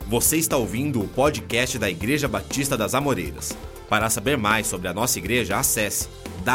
Você está ouvindo o podcast da Igreja Batista das Amoreiras. Para saber mais sobre a nossa igreja, acesse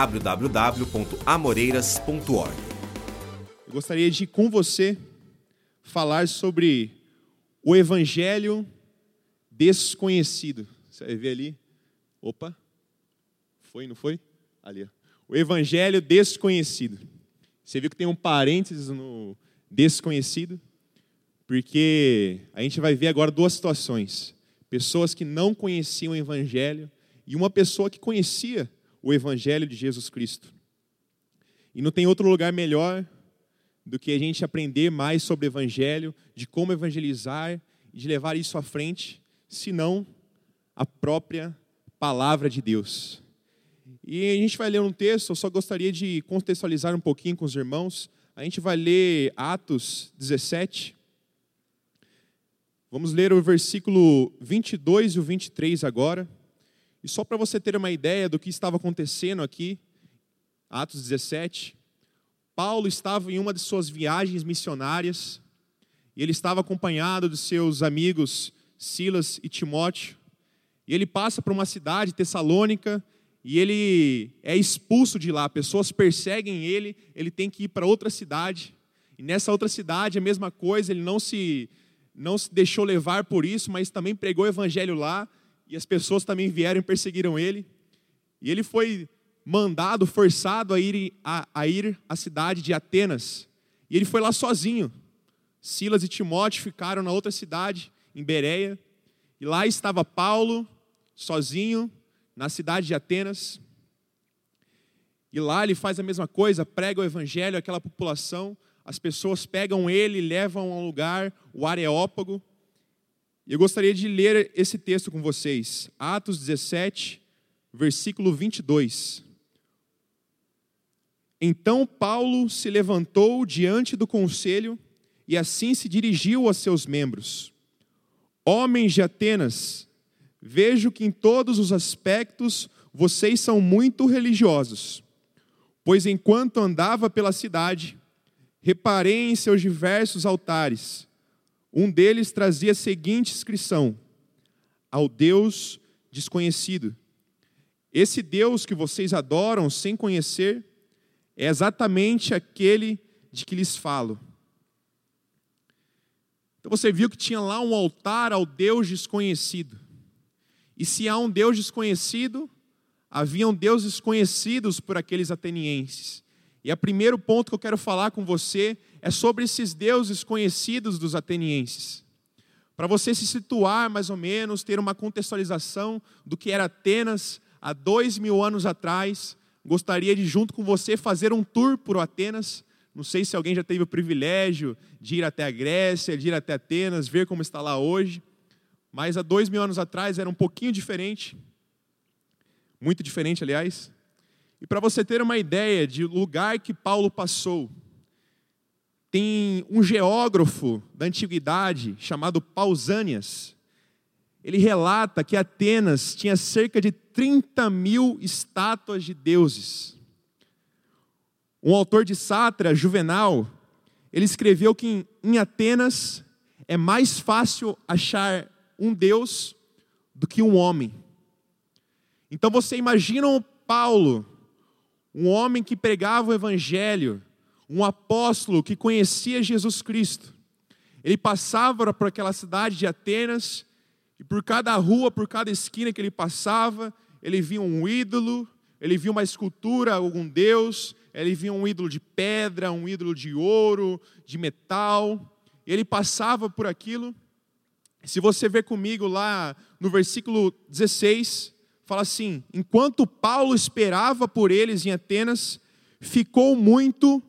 www.amoreiras.org. Eu gostaria de, com você, falar sobre o Evangelho desconhecido. Você vai ver ali. Opa. Foi, não foi? Ali. O Evangelho desconhecido. Você viu que tem um parênteses no desconhecido? Porque a gente vai ver agora duas situações. Pessoas que não conheciam o Evangelho e uma pessoa que conhecia o Evangelho de Jesus Cristo. E não tem outro lugar melhor do que a gente aprender mais sobre o Evangelho, de como evangelizar e de levar isso à frente, senão a própria palavra de Deus. E a gente vai ler um texto, eu só gostaria de contextualizar um pouquinho com os irmãos. A gente vai ler Atos 17. Vamos ler o versículo 22 e o 23 agora. E só para você ter uma ideia do que estava acontecendo aqui, Atos 17, Paulo estava em uma de suas viagens missionárias, e ele estava acompanhado dos seus amigos Silas e Timóteo, e ele passa por uma cidade, Tessalônica, e ele é expulso de lá, pessoas perseguem ele tem que ir para outra cidade, e nessa outra cidade a mesma coisa, ele não se deixou levar por isso, mas também pregou o evangelho lá, e as pessoas também vieram e perseguiram ele. E ele foi mandado, forçado a ir à cidade de Atenas. E ele foi lá sozinho. Silas e Timóteo ficaram na outra cidade, em Bereia. E lá estava Paulo, sozinho, na cidade de Atenas. E lá ele faz a mesma coisa, prega o evangelho àquela população. As pessoas pegam ele e levam a um lugar, o Areópago. E eu gostaria de ler esse texto com vocês. Atos 17, versículo 22. Então Paulo se levantou diante do conselho e assim se dirigiu aos seus membros. Homens de Atenas, vejo que em todos os aspectos vocês são muito religiosos. Pois enquanto andava pela cidade, reparei em seus diversos altares. Um deles trazia a seguinte inscrição: ao Deus desconhecido. Esse Deus que vocês adoram sem conhecer é exatamente aquele de que lhes falo. Então você viu que tinha lá um altar ao Deus desconhecido. E se há um Deus desconhecido, haviam deuses conhecidos por aqueles atenienses. E o primeiro ponto que eu quero falar com você é sobre esses deuses conhecidos dos atenienses. Para você se situar mais ou menos, ter uma contextualização do que era Atenas há 2000 anos atrás, gostaria de junto com você fazer um tour por Atenas. Não sei se alguém já teve o privilégio de ir até a Grécia, de ir até Atenas, ver como está lá hoje. Mas há 2000 anos atrás era um pouquinho diferente. Muito diferente, aliás. E para você ter uma ideia de lugar que Paulo passou, tem um geógrafo da antiguidade chamado Pausanias. Ele relata que Atenas tinha cerca de 30.000 estátuas de deuses. Um autor de sátira, Juvenal, ele escreveu que em Atenas é mais fácil achar um deus do que um homem. Então você imagina o Paulo, um homem que pregava o evangelho, um apóstolo que conhecia Jesus Cristo. Ele passava por aquela cidade de Atenas, e por cada rua, por cada esquina que ele passava, ele via um ídolo, ele via uma escultura, algum deus, ele via um ídolo de pedra, um ídolo de ouro, de metal. Ele passava por aquilo. Se você ver comigo lá no versículo 16, fala assim: enquanto Paulo esperava por eles em Atenas, ficou muito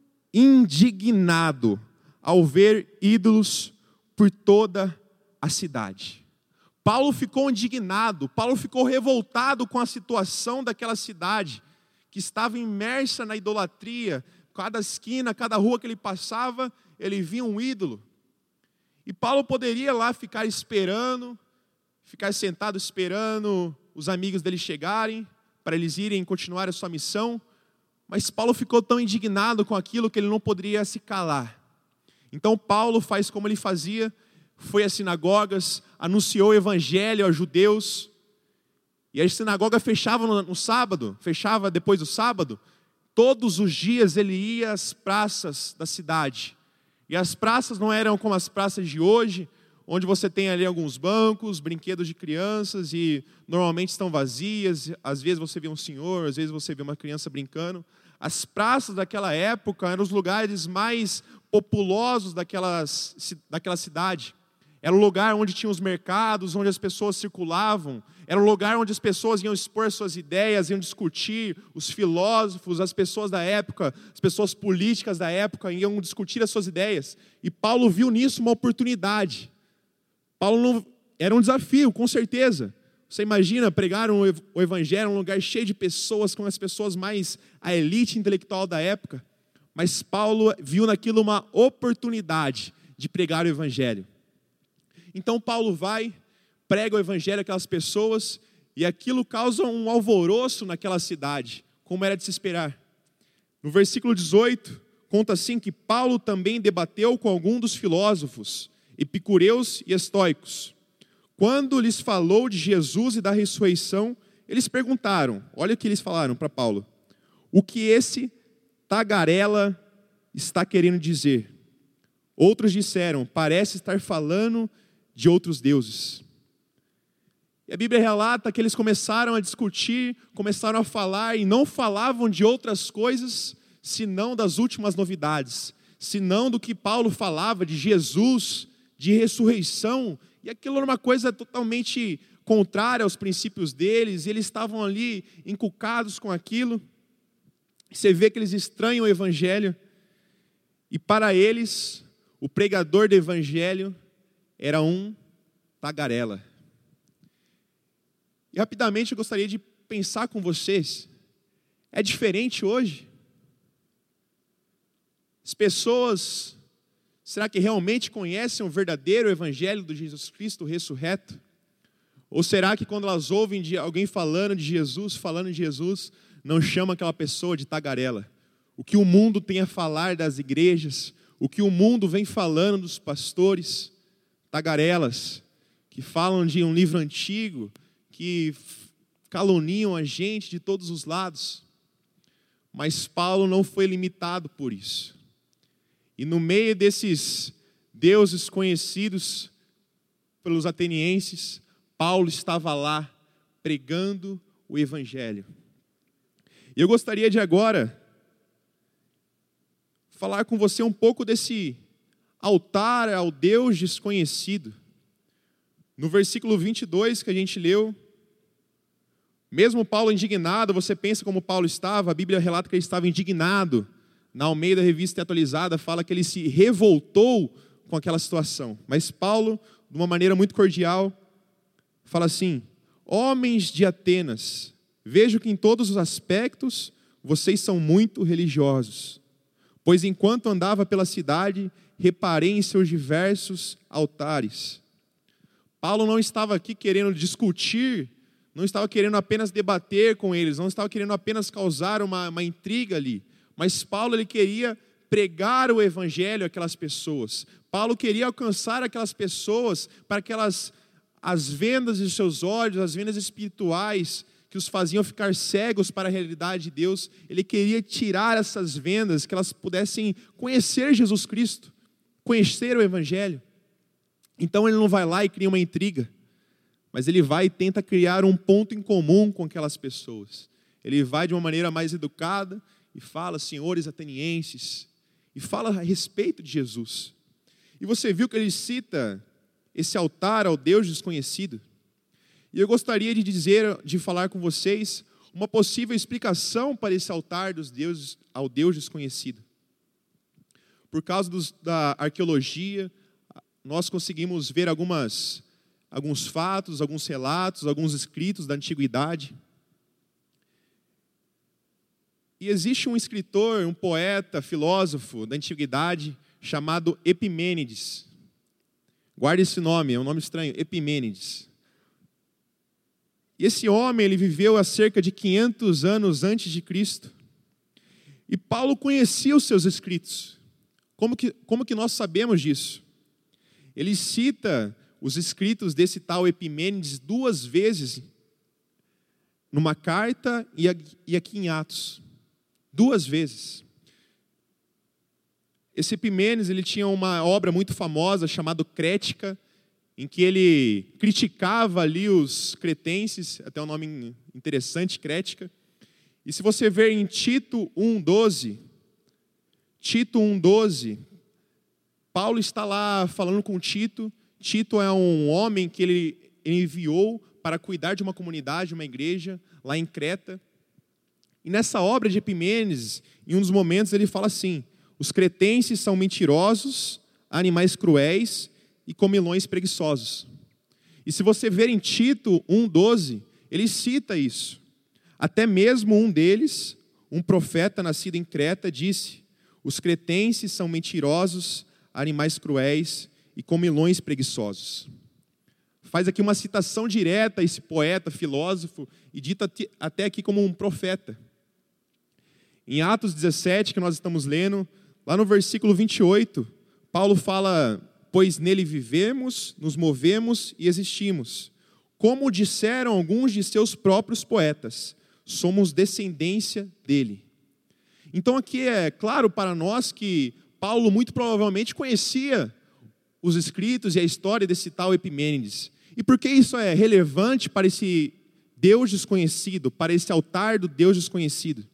indignado ao ver ídolos por toda a cidade. Paulo ficou indignado, Paulo ficou revoltado com a situação daquela cidade, que estava imersa na idolatria. Cada esquina, cada rua que ele passava, ele via um ídolo. E Paulo poderia lá ficar esperando, ficar sentado esperando os amigos dele chegarem, para eles irem continuar a sua missão. Mas Paulo ficou tão indignado com aquilo que ele não poderia se calar. Então Paulo faz como ele fazia, foi às sinagogas, anunciou o evangelho aos judeus. E a sinagoga fechava no sábado, fechava depois do sábado. Todos os dias ele ia às praças da cidade. E as praças não eram como as praças de hoje, onde você tem ali alguns bancos, brinquedos de crianças, e normalmente estão vazias. Às vezes você vê um senhor, às vezes você vê uma criança brincando. As praças daquela época eram os lugares mais populosos daquela cidade. Era o lugar onde tinham os mercados, onde as pessoas circulavam. Era o lugar onde as pessoas iam expor suas ideias, iam discutir. Os filósofos, as pessoas da época, as pessoas políticas da época iam discutir as suas ideias. E Paulo viu nisso uma oportunidade. Era um desafio, com certeza. Você imagina pregar o evangelho em um lugar cheio de pessoas, com as pessoas mais a elite intelectual da época. Mas Paulo viu naquilo uma oportunidade de pregar o evangelho. Então Paulo vai, prega o evangelho àquelas pessoas, e aquilo causa um alvoroço naquela cidade, como era de se esperar. No versículo 18, conta assim que Paulo também debateu com algum dos filósofos, epicureus e estoicos. Quando lhes falou de Jesus e da ressurreição, eles perguntaram, olha o que eles falaram para Paulo: o que esse tagarela está querendo dizer? Outros disseram: parece estar falando de outros deuses. E a Bíblia relata que eles começaram a discutir, começaram a falar, e não falavam de outras coisas, senão das últimas novidades, senão do que Paulo falava de Jesus, de ressurreição, e aquilo era uma coisa totalmente contrária aos princípios deles, e eles estavam ali encucados com aquilo. Você vê que eles estranham o evangelho, e para eles, o pregador do evangelho era um tagarela. E rapidamente eu gostaria de pensar com vocês, é diferente hoje? As pessoas, será que realmente conhecem o verdadeiro evangelho de Jesus Cristo ressurreto? Ou será que quando elas ouvem de alguém falando de Jesus, não chama aquela pessoa de tagarela? O que o mundo tem a falar das igrejas, o que o mundo vem falando dos pastores, tagarelas, que falam de um livro antigo, que caluniam a gente de todos os lados. Mas Paulo não foi limitado por isso. E no meio desses deuses conhecidos pelos atenienses, Paulo estava lá pregando o evangelho. E eu gostaria de agora falar com você um pouco desse altar ao Deus desconhecido. No versículo 22 que a gente leu, mesmo Paulo indignado, você pensa como Paulo estava, a Bíblia relata que ele estava indignado. Na Almeida Revista Atualizada fala que ele se revoltou com aquela situação. Mas Paulo, de uma maneira muito cordial, fala assim: homens de Atenas, vejo que em todos os aspectos vocês são muito religiosos. Pois enquanto andava pela cidade, reparei em seus diversos altares. Paulo não estava aqui querendo discutir, não estava querendo apenas debater com eles, não estava querendo apenas causar uma intriga ali. Mas Paulo ele queria pregar o evangelho àquelas pessoas. Paulo queria alcançar aquelas pessoas para que as vendas de seus olhos, as vendas espirituais que os faziam ficar cegos para a realidade de Deus, ele queria tirar essas vendas, que elas pudessem conhecer Jesus Cristo, conhecer o evangelho. Então ele não vai lá e cria uma intriga, mas ele vai e tenta criar um ponto em comum com aquelas pessoas. Ele vai de uma maneira mais educada e fala: senhores atenienses, e fala a respeito de Jesus. E você viu que ele cita esse altar ao Deus desconhecido. E eu gostaria de falar com vocês uma possível explicação para esse altar dos deuses, ao Deus desconhecido. Por causa da arqueologia, nós conseguimos ver alguns fatos, alguns relatos, alguns escritos da antiguidade. E existe um escritor, um poeta, filósofo da antiguidade, chamado Epimênides. Guarde esse nome, é um nome estranho, Epimênides. E esse homem, ele viveu há cerca de 500 anos antes de Cristo. E Paulo conhecia os seus escritos. Como que nós sabemos disso? ele cita os escritos desse tal Epimênides 2 vezes, numa carta e aqui em Atos. 2 vezes. Esse Epimênides, ele tinha uma obra muito famosa chamada Crética, em que ele criticava ali os cretenses, até um nome interessante, Crética. E se você ver em Tito 1,12, Paulo está lá falando com Tito. Tito é um homem que ele enviou para cuidar de uma comunidade, uma igreja, lá em Creta. E nessa obra de Epimênides, em um dos momentos, ele fala assim: os cretenses são mentirosos, animais cruéis e comilões preguiçosos. E se você ver em Tito 1,12, ele cita isso. Até mesmo um deles, um profeta nascido em Creta, disse: os cretenses são mentirosos, animais cruéis e comilões preguiçosos. Faz aqui uma citação direta a esse poeta, filósofo, e dita até aqui como um profeta. Em Atos 17, que nós estamos lendo, lá no versículo 28, Paulo fala: pois nele vivemos, nos movemos e existimos. Como disseram alguns de seus próprios poetas, somos descendência dele. Então aqui é claro para nós que Paulo muito provavelmente conhecia os escritos e a história desse tal Epimênides. E por que isso é relevante para esse Deus desconhecido, para esse altar do Deus desconhecido?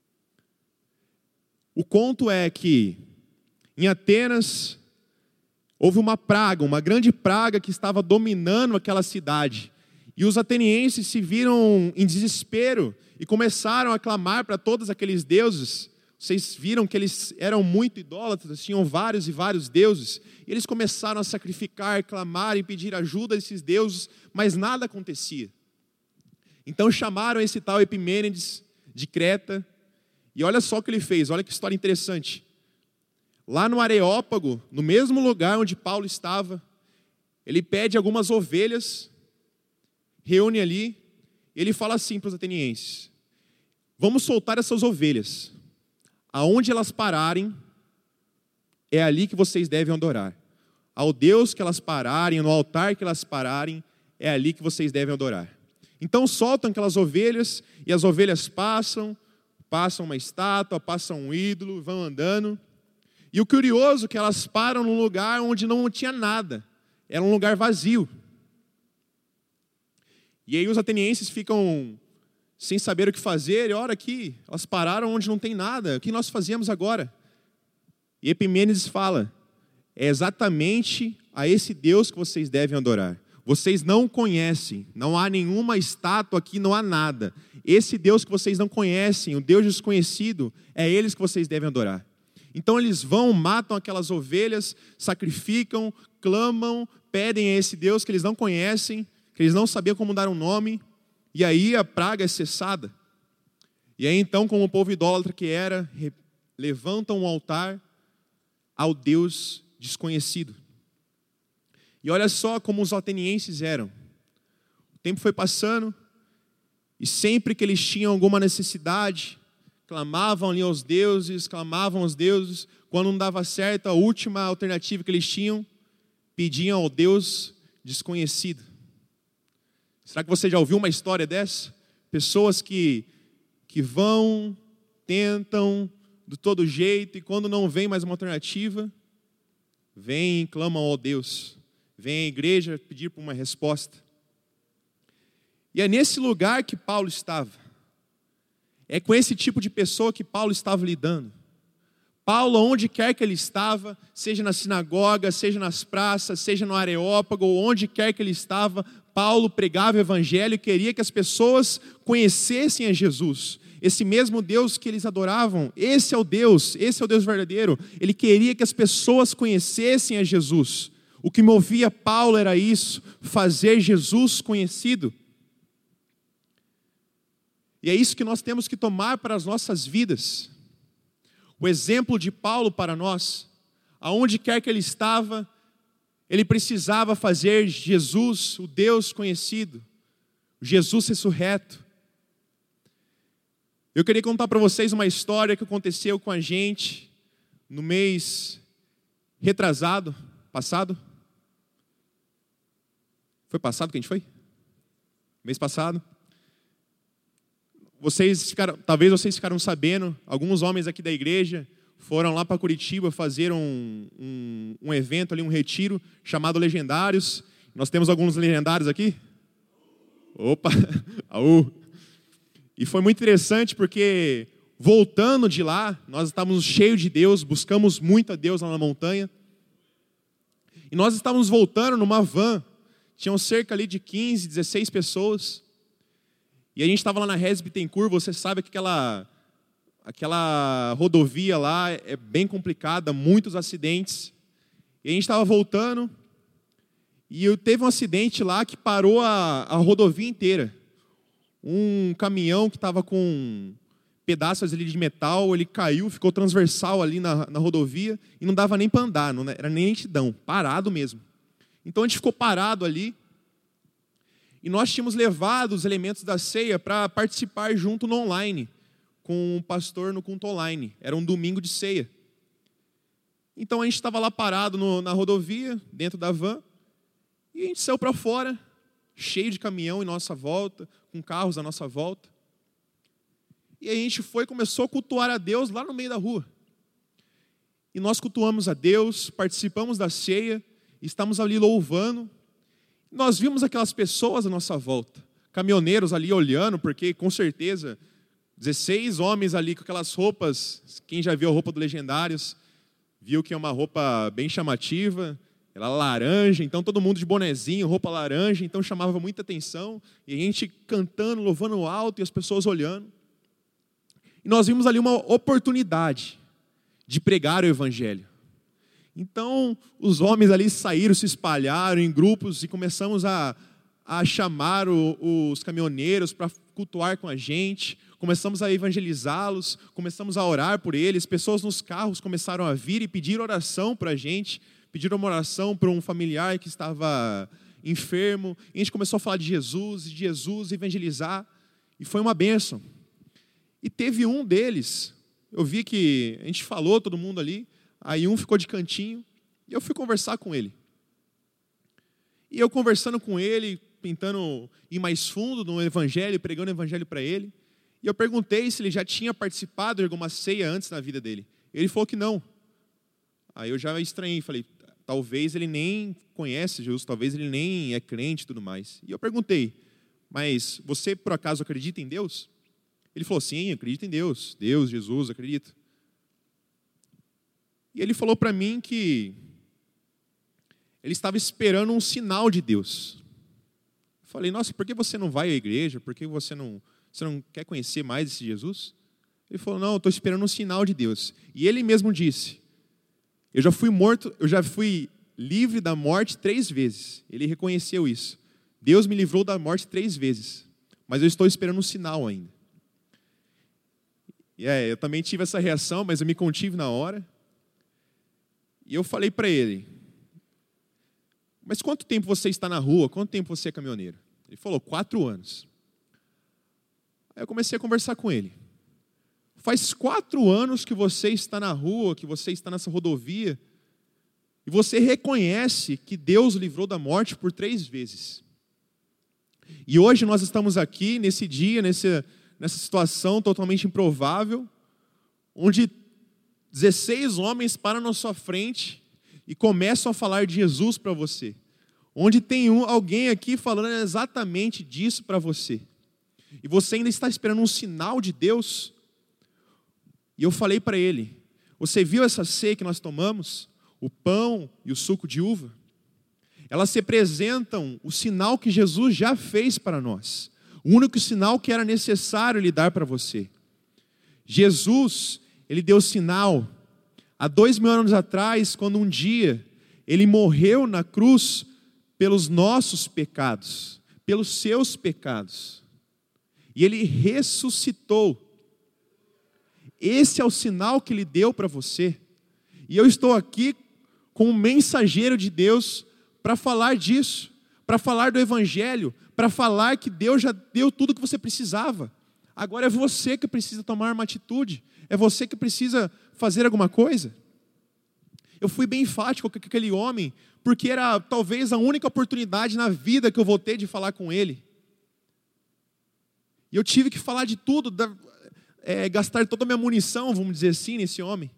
O conto é que em Atenas houve uma praga, uma grande praga que estava dominando aquela cidade. E os atenienses se viram em desespero e começaram a clamar para todos aqueles deuses. Vocês viram que eles eram muito idólatras, tinham vários e vários deuses. E eles começaram a sacrificar, clamar e pedir ajuda a esses deuses, mas nada acontecia. Então chamaram esse tal Epimênides de Creta. E olha só o que ele fez, olha que história interessante. Lá no Areópago, no mesmo lugar onde Paulo estava, ele pede algumas ovelhas, reúne ali, e ele fala assim para os atenienses: vamos soltar essas ovelhas. Aonde elas pararem, é ali que vocês devem adorar. Ao Deus que elas pararem, no altar que elas pararem, é ali que vocês devem adorar. Então soltam aquelas ovelhas, e as ovelhas passam uma estátua, passam um ídolo, vão andando. E o curioso é que elas param num lugar onde não tinha nada, era um lugar vazio. E aí os atenienses ficam sem saber o que fazer, e olha aqui, elas pararam onde não tem nada, o que nós fazíamos agora? E Epimênides fala: é exatamente a esse Deus que vocês devem adorar. Vocês não conhecem, não há nenhuma estátua aqui, não há nada. Esse Deus que vocês não conhecem, o Deus desconhecido, é eles que vocês devem adorar. Então eles vão, matam aquelas ovelhas, sacrificam, clamam, pedem a esse Deus que eles não conhecem, que eles não sabiam como dar um nome, e aí a praga é cessada. E aí então, como o povo idólatra que era, levantam um altar ao Deus desconhecido. E olha só como os atenienses eram. O tempo foi passando, e sempre que eles tinham alguma necessidade, clamavam ali aos deuses, quando não dava certo, a última alternativa que eles tinham, pediam ao Deus desconhecido. Será que você já ouviu uma história dessa? Pessoas que vão, tentam, de todo jeito, e quando não vem mais uma alternativa, vêm e clamam ao Deus. Vem à igreja pedir por uma resposta. E é nesse lugar que Paulo estava. É com esse tipo de pessoa que Paulo estava lidando. Paulo, onde quer que ele estava, seja na sinagoga, seja nas praças, seja no Areópago, ou onde quer que ele estava, Paulo pregava o evangelho e queria que as pessoas conhecessem a Jesus. Esse mesmo Deus que eles adoravam, esse é o Deus verdadeiro. Ele queria que as pessoas conhecessem a Jesus. O que movia Paulo era isso, fazer Jesus conhecido. E é isso que nós temos que tomar para as nossas vidas. O exemplo de Paulo para nós, aonde quer que ele estava, ele precisava fazer Jesus, o Deus conhecido, Jesus ressurreto. Eu queria contar para vocês uma história que aconteceu com a gente no mês passado. Foi passado que a gente foi? Mês passado? Talvez vocês ficaram sabendo, alguns homens aqui da igreja foram lá para Curitiba fazer um evento ali, um retiro, chamado Legendários. Nós temos alguns legendários aqui? Opa! Aú! E foi muito interessante porque, voltando de lá, nós estávamos cheios de Deus, buscamos muito a Deus lá na montanha. E nós estávamos voltando numa van, tinham cerca ali de 15, 16 pessoas. E a gente estava lá na Regis Bittencourt, você sabe que aquela rodovia lá é bem complicada, muitos acidentes. E a gente estava voltando, e teve um acidente lá que parou a rodovia inteira. Um caminhão que estava com pedaços ali de metal, ele caiu, ficou transversal ali na rodovia, e não dava nem para andar, não era nem lentidão, parado mesmo. Então a gente ficou parado ali, e nós tínhamos levado os elementos da ceia para participar junto no online, com o pastor no culto online. Era um domingo de ceia. Então a gente estava lá parado na rodovia, dentro da van, e a gente saiu para fora, cheio de caminhão em nossa volta, com carros à nossa volta. E a gente começou a cultuar a Deus lá no meio da rua. E nós cultuamos a Deus, participamos da ceia, estamos ali louvando. Nós vimos aquelas pessoas à nossa volta, caminhoneiros ali olhando, porque com certeza 16 homens ali com aquelas roupas, quem já viu a roupa do Legendários, viu que é uma roupa bem chamativa, ela laranja, então todo mundo de bonezinho, roupa laranja, então chamava muita atenção, e a gente cantando, louvando alto e as pessoas olhando. E nós vimos ali uma oportunidade de pregar o Evangelho. Então, os homens ali saíram, se espalharam em grupos e começamos a chamar os caminhoneiros para cultuar com a gente. Começamos a evangelizá-los, começamos a orar por eles. Pessoas nos carros começaram a vir e pedir oração para a gente. Pediram uma oração para um familiar que estava enfermo. E a gente começou a falar de Jesus, evangelizar. E foi uma bênção. E teve um deles, eu vi que a gente falou, todo mundo ali. Aí um ficou de cantinho, e eu fui conversar com ele. E eu conversando com ele, tentando ir mais fundo no Evangelho, pregando o Evangelho para ele. E eu perguntei se ele já tinha participado de alguma ceia antes na vida dele. Ele falou que não. Aí eu já estranhei, falei, talvez ele nem conhece Jesus, talvez ele nem é crente e tudo mais. E eu perguntei, mas você por acaso acredita em Deus? Ele falou, sim, acredito em Deus. Deus, Jesus, acredito. E ele falou para mim que ele estava esperando um sinal de Deus. Eu falei, nossa, por que você não vai à igreja? Por que você não quer conhecer mais esse Jesus? Ele falou, não, eu estou esperando um sinal de Deus. E ele mesmo disse, eu já fui livre da morte 3 vezes. Ele reconheceu isso. Deus me livrou da morte 3 vezes. Mas eu estou esperando um sinal ainda. E eu também tive essa reação, mas eu me contive na hora. E eu falei para ele, mas quanto tempo você está na rua? Quanto tempo você é caminhoneiro? Ele falou, 4 anos. Aí eu comecei a conversar com ele. Faz 4 anos que você está na rua, que você está nessa rodovia, e você reconhece que Deus o livrou da morte por 3 vezes. E hoje nós estamos aqui, nesse dia, nessa situação totalmente improvável, onde 16 homens param na sua frente e começam a falar de Jesus para você. Onde tem alguém aqui falando exatamente disso para você. E você ainda está esperando um sinal de Deus. E eu falei para ele, você viu essa ceia que nós tomamos? O pão e o suco de uva? Elas representam o sinal que Jesus já fez para nós. O único sinal que era necessário Ele dar para você. Jesus, Ele deu sinal há 2000 anos atrás, quando um dia Ele morreu na cruz pelos nossos pecados, pelos seus pecados. E Ele ressuscitou. Esse é o sinal que Ele deu para você. E eu estou aqui como mensageiro de Deus para falar disso, para falar do Evangelho, para falar que Deus já deu tudo o que você precisava. Agora é você que precisa tomar uma atitude. É você que precisa fazer alguma coisa. Eu fui bem enfático com aquele homem, porque era talvez a única oportunidade na vida que eu vou ter de falar com ele. E eu tive que falar de tudo, gastar toda a minha munição, vamos dizer assim, nesse homem.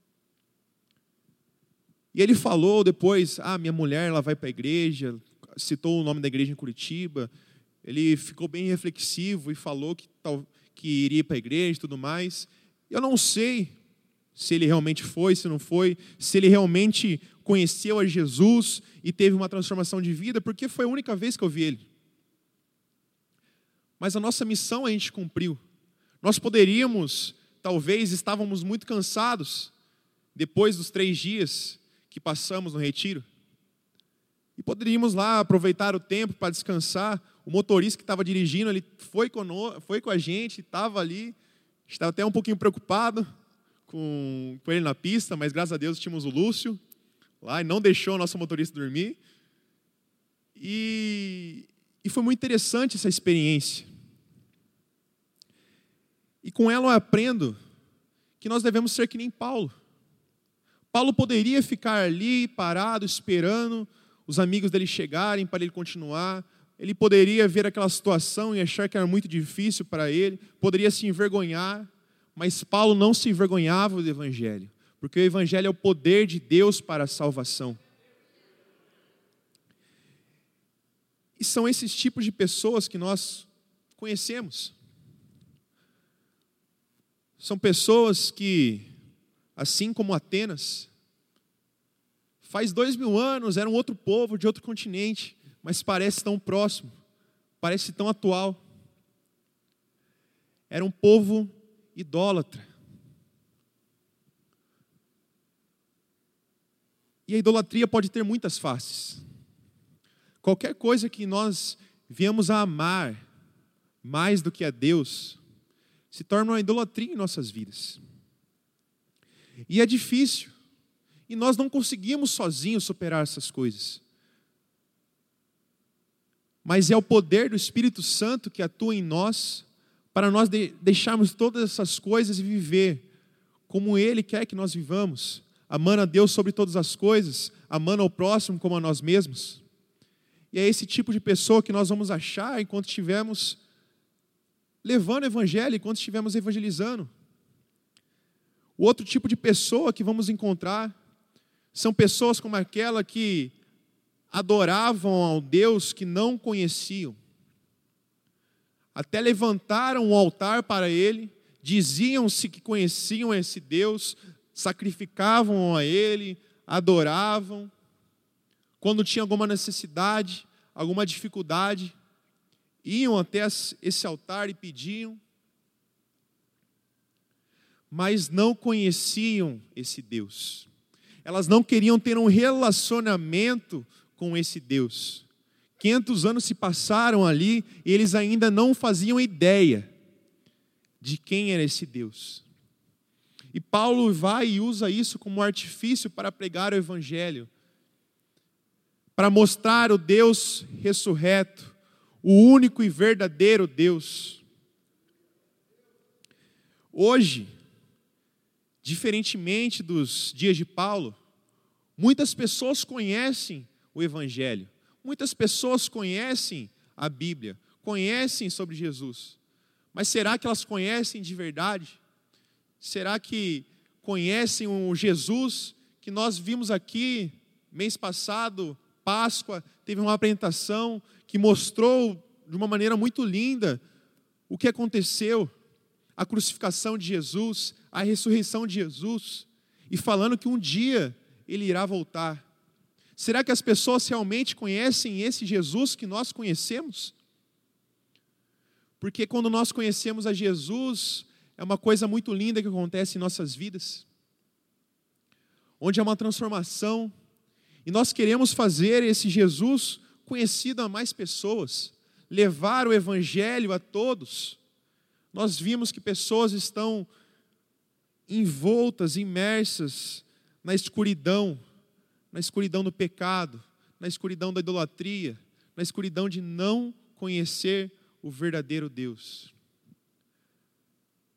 E ele falou depois, minha mulher ela vai para a igreja, citou o nome da igreja em Curitiba. Ele ficou bem reflexivo e falou que iria para a igreja e tudo mais. Eu não sei se ele realmente foi, se não foi, se ele realmente conheceu a Jesus e teve uma transformação de vida, porque foi a única vez que eu vi ele. Mas a nossa missão a gente cumpriu. Nós poderíamos, talvez estávamos muito cansados, depois dos 3 dias que passamos no retiro, e poderíamos lá aproveitar o tempo para descansar. O motorista que estava dirigindo, ele foi com a gente, estava ali, estava até um pouquinho preocupado com ele na pista, mas graças a Deus tínhamos o Lúcio lá e não deixou o nosso motorista dormir. E foi muito interessante essa experiência. E com ela eu aprendo que nós devemos ser que nem Paulo. Paulo poderia ficar ali parado, esperando os amigos dele chegarem para ele continuar. Ele poderia ver aquela situação e achar que era muito difícil para ele, poderia se envergonhar, mas Paulo não se envergonhava do Evangelho, porque o Evangelho é o poder de Deus para a salvação. E são esses tipos de pessoas que nós conhecemos. São pessoas que, assim como Atenas, faz 2000 anos era um outro povo de outro continente, mas parece tão próximo, parece tão atual. Era um povo idólatra. E a idolatria pode ter muitas faces. Qualquer coisa que nós viemos a amar mais do que a Deus, se torna uma idolatria em nossas vidas. E é difícil. E nós não conseguimos sozinhos superar essas coisas. Mas é o poder do Espírito Santo que atua em nós, para nós deixarmos todas essas coisas e viver como Ele quer que nós vivamos, amando a Deus sobre todas as coisas, amando ao próximo como a nós mesmos. E é esse tipo de pessoa que nós vamos achar enquanto estivermos levando o Evangelho, enquanto estivermos evangelizando. O outro tipo de pessoa que vamos encontrar são pessoas como aquela que adoravam ao Deus que não conheciam. Até levantaram um altar para Ele, diziam-se que conheciam esse Deus, sacrificavam a Ele, adoravam. Quando tinha alguma necessidade, alguma dificuldade, iam até esse altar e pediam. Mas não conheciam esse Deus. Elas não queriam ter um relacionamento com esse Deus. 500 anos se passaram ali e eles ainda não faziam ideia de quem era esse Deus. E Paulo vai e usa isso como artifício para pregar o Evangelho, para mostrar o Deus ressurreto, o único e verdadeiro Deus. Hoje, diferentemente dos dias de Paulo, muitas pessoas conhecem o Evangelho, muitas pessoas conhecem a Bíblia, conhecem sobre Jesus, mas será que elas conhecem de verdade? Será que conhecem o Jesus que nós vimos aqui mês passado, Páscoa, teve uma apresentação que mostrou de uma maneira muito linda o que aconteceu, a crucificação de Jesus, a ressurreição de Jesus, e falando que um dia Ele irá voltar. Será que as pessoas realmente conhecem esse Jesus que nós conhecemos? Porque quando nós conhecemos a Jesus, é uma coisa muito linda que acontece em nossas vidas, onde há uma transformação, e nós queremos fazer esse Jesus conhecido a mais pessoas, levar o Evangelho a todos. Nós vimos que pessoas estão envoltas, imersas na escuridão do pecado, na escuridão da idolatria, na escuridão de não conhecer o verdadeiro Deus.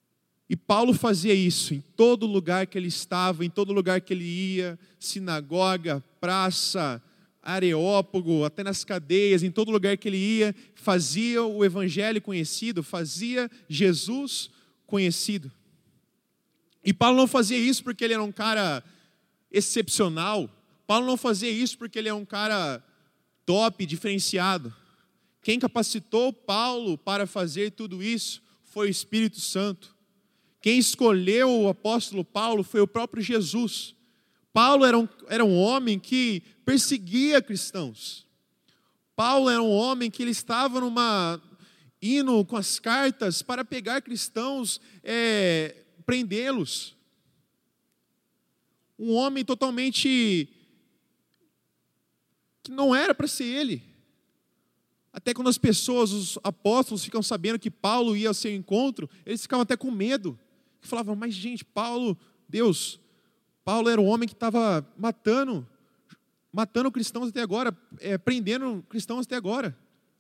E Paulo fazia isso em todo lugar que ele estava, em todo lugar que ele ia, sinagoga, praça, Areópago, até nas cadeias, em todo lugar que ele ia, fazia o evangelho conhecido, fazia Jesus conhecido. E Paulo não fazia isso porque ele era um cara excepcional. Paulo não fazia isso porque ele é um cara top, diferenciado. Quem capacitou Paulo para fazer tudo isso foi o Espírito Santo. Quem escolheu o apóstolo Paulo foi o próprio Jesus. Paulo era um homem que perseguia cristãos. Paulo era um homem que ele estava indo com as cartas para pegar cristãos, prendê-los. Um homem totalmente que não era para ser ele. Até quando as pessoas, os apóstolos, ficam sabendo que Paulo ia ao seu encontro, eles ficavam até com medo. Falavam, mas gente, Paulo era um homem que estava matando cristãos até agora, prendendo cristãos até agora.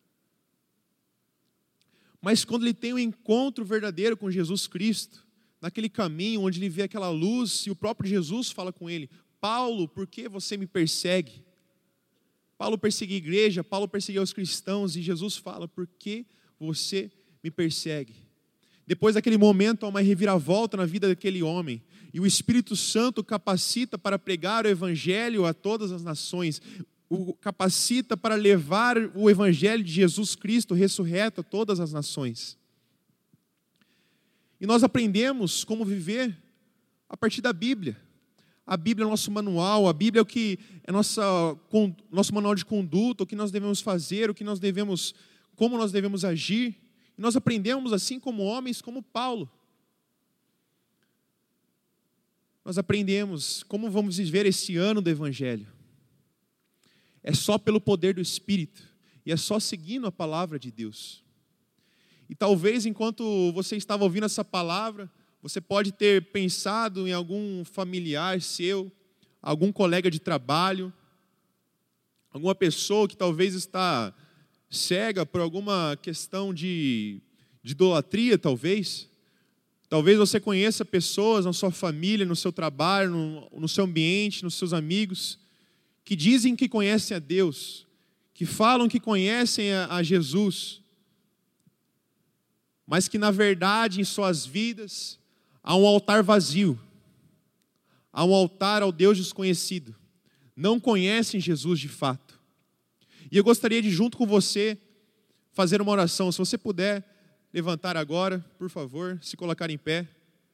Mas quando ele tem um encontro verdadeiro com Jesus Cristo, naquele caminho onde ele vê aquela luz, e o próprio Jesus fala com ele, Paulo, por que você me persegue? Paulo perseguia a igreja, Paulo perseguia os cristãos, e Jesus fala, por que você me persegue? Depois daquele momento, há uma reviravolta na vida daquele homem, e o Espírito Santo capacita para pregar o Evangelho a todas as nações, o capacita para levar o Evangelho de Jesus Cristo ressurreto a todas as nações. E nós aprendemos como viver a partir da Bíblia. A Bíblia é o nosso manual, a Bíblia é nosso manual de conduta, o que nós devemos fazer, como nós devemos agir. E nós aprendemos assim como homens, como Paulo. Nós aprendemos como vamos viver esse ano do Evangelho. É só pelo poder do Espírito, e é só seguindo a palavra de Deus. E talvez enquanto você estava ouvindo essa palavra, você pode ter pensado em algum familiar seu, algum colega de trabalho, alguma pessoa que talvez está cega por alguma questão de idolatria, talvez. Talvez você conheça pessoas na sua família, no seu trabalho, no seu ambiente, nos seus amigos, que dizem que conhecem a Deus, que falam que conhecem a Jesus, mas que na verdade em suas vidas há um altar vazio, há um altar ao Deus desconhecido, não conhecem Jesus de fato. E eu gostaria de, junto com você, fazer uma oração. Se você puder levantar agora, por favor, se colocar em pé.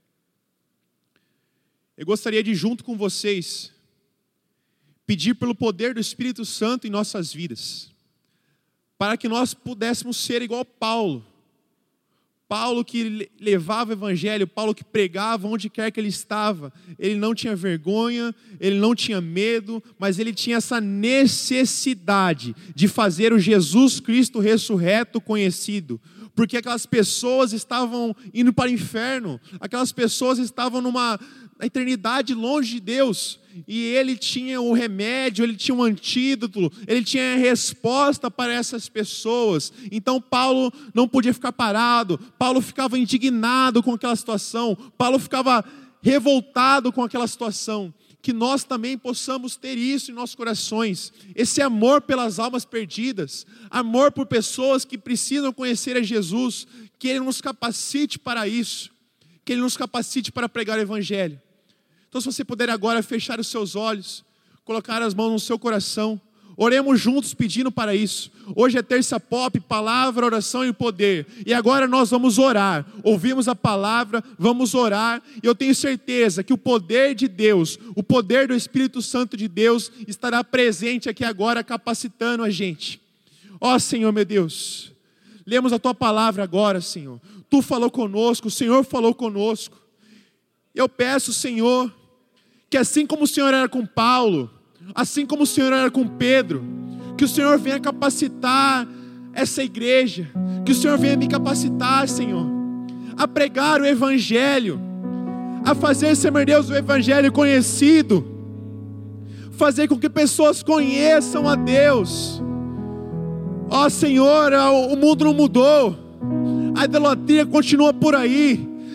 Eu gostaria de, junto com vocês, pedir pelo poder do Espírito Santo em nossas vidas, para que nós pudéssemos ser igual Paulo. Paulo que levava o Evangelho, Paulo que pregava onde quer que ele estava. Ele não tinha vergonha, ele não tinha medo, mas ele tinha essa necessidade de fazer o Jesus Cristo ressurreto conhecido. Porque aquelas pessoas estavam indo para o inferno, aquelas pessoas estavam na eternidade longe de Deus. E ele tinha o remédio, ele tinha um antídoto, ele tinha a resposta para essas pessoas. Então Paulo não podia ficar parado, Paulo ficava indignado com aquela situação, Paulo ficava revoltado com aquela situação. Que nós também possamos ter isso em nossos corações, esse amor pelas almas perdidas, amor por pessoas que precisam conhecer a Jesus, que Ele nos capacite para isso, que Ele nos capacite para pregar o Evangelho. Então, se você puder agora fechar os seus olhos, colocar as mãos no seu coração, oremos juntos pedindo para isso. Hoje é terça pop, palavra, oração e poder. E agora nós vamos orar. Ouvimos a palavra, vamos orar. E eu tenho certeza que o poder de Deus, o poder do Espírito Santo de Deus estará presente aqui agora, capacitando a gente. Ó Senhor meu Deus, lemos a Tua palavra agora, Senhor. Tu falou conosco, o Senhor falou conosco. Eu peço, Senhor, que assim como o Senhor era com Paulo, assim como o Senhor era com Pedro, que o Senhor venha capacitar essa igreja, que o Senhor venha me capacitar, Senhor, a pregar o Evangelho, a fazer, Senhor meu Deus, o Evangelho conhecido, fazer com que pessoas conheçam a Deus. Ó Senhor, o mundo não mudou, a idolatria continua por aí.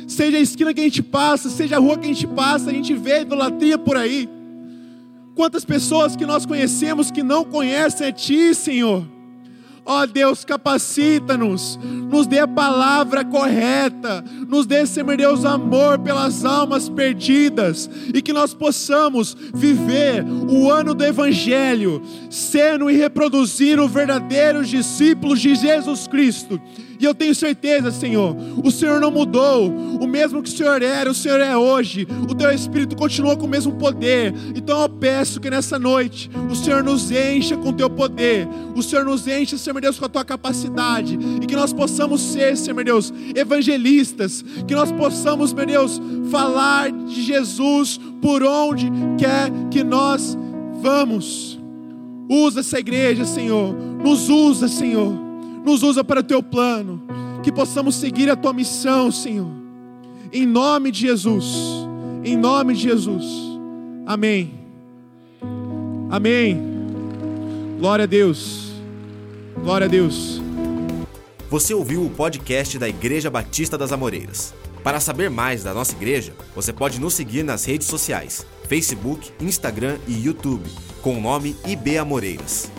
Seja a esquina que a gente passa, seja a rua que a gente passa, a gente vê idolatria por aí. Quantas pessoas que nós conhecemos que não conhecem a Ti, Senhor. Ó Deus, capacita-nos, nos dê a palavra correta, nos dê, Senhor Deus, amor pelas almas perdidas, e que nós possamos viver o ano do Evangelho, sendo e reproduzindo verdadeiros discípulos de Jesus Cristo. E eu tenho certeza, Senhor, o Senhor não mudou, o mesmo que o Senhor era, o Senhor é hoje, o Teu Espírito continua com o mesmo poder. Então eu peço que nessa noite, o Senhor nos encha com o Teu poder, o Senhor nos encha, Senhor Deus, com a Tua capacidade, e que nós possamos ser, Senhor Deus, evangelistas, que nós possamos, meu Deus, falar de Jesus por onde quer que nós vamos. Usa essa igreja, Senhor, nos usa, Senhor. Nos usa para o Teu plano, que possamos seguir a Tua missão, Senhor, em nome de Jesus, em nome de Jesus, amém, amém, glória a Deus, glória a Deus. Você ouviu o podcast da Igreja Batista das Amoreiras. Para saber mais da nossa igreja, você pode nos seguir nas redes sociais, Facebook, Instagram e YouTube, com o nome IB Amoreiras.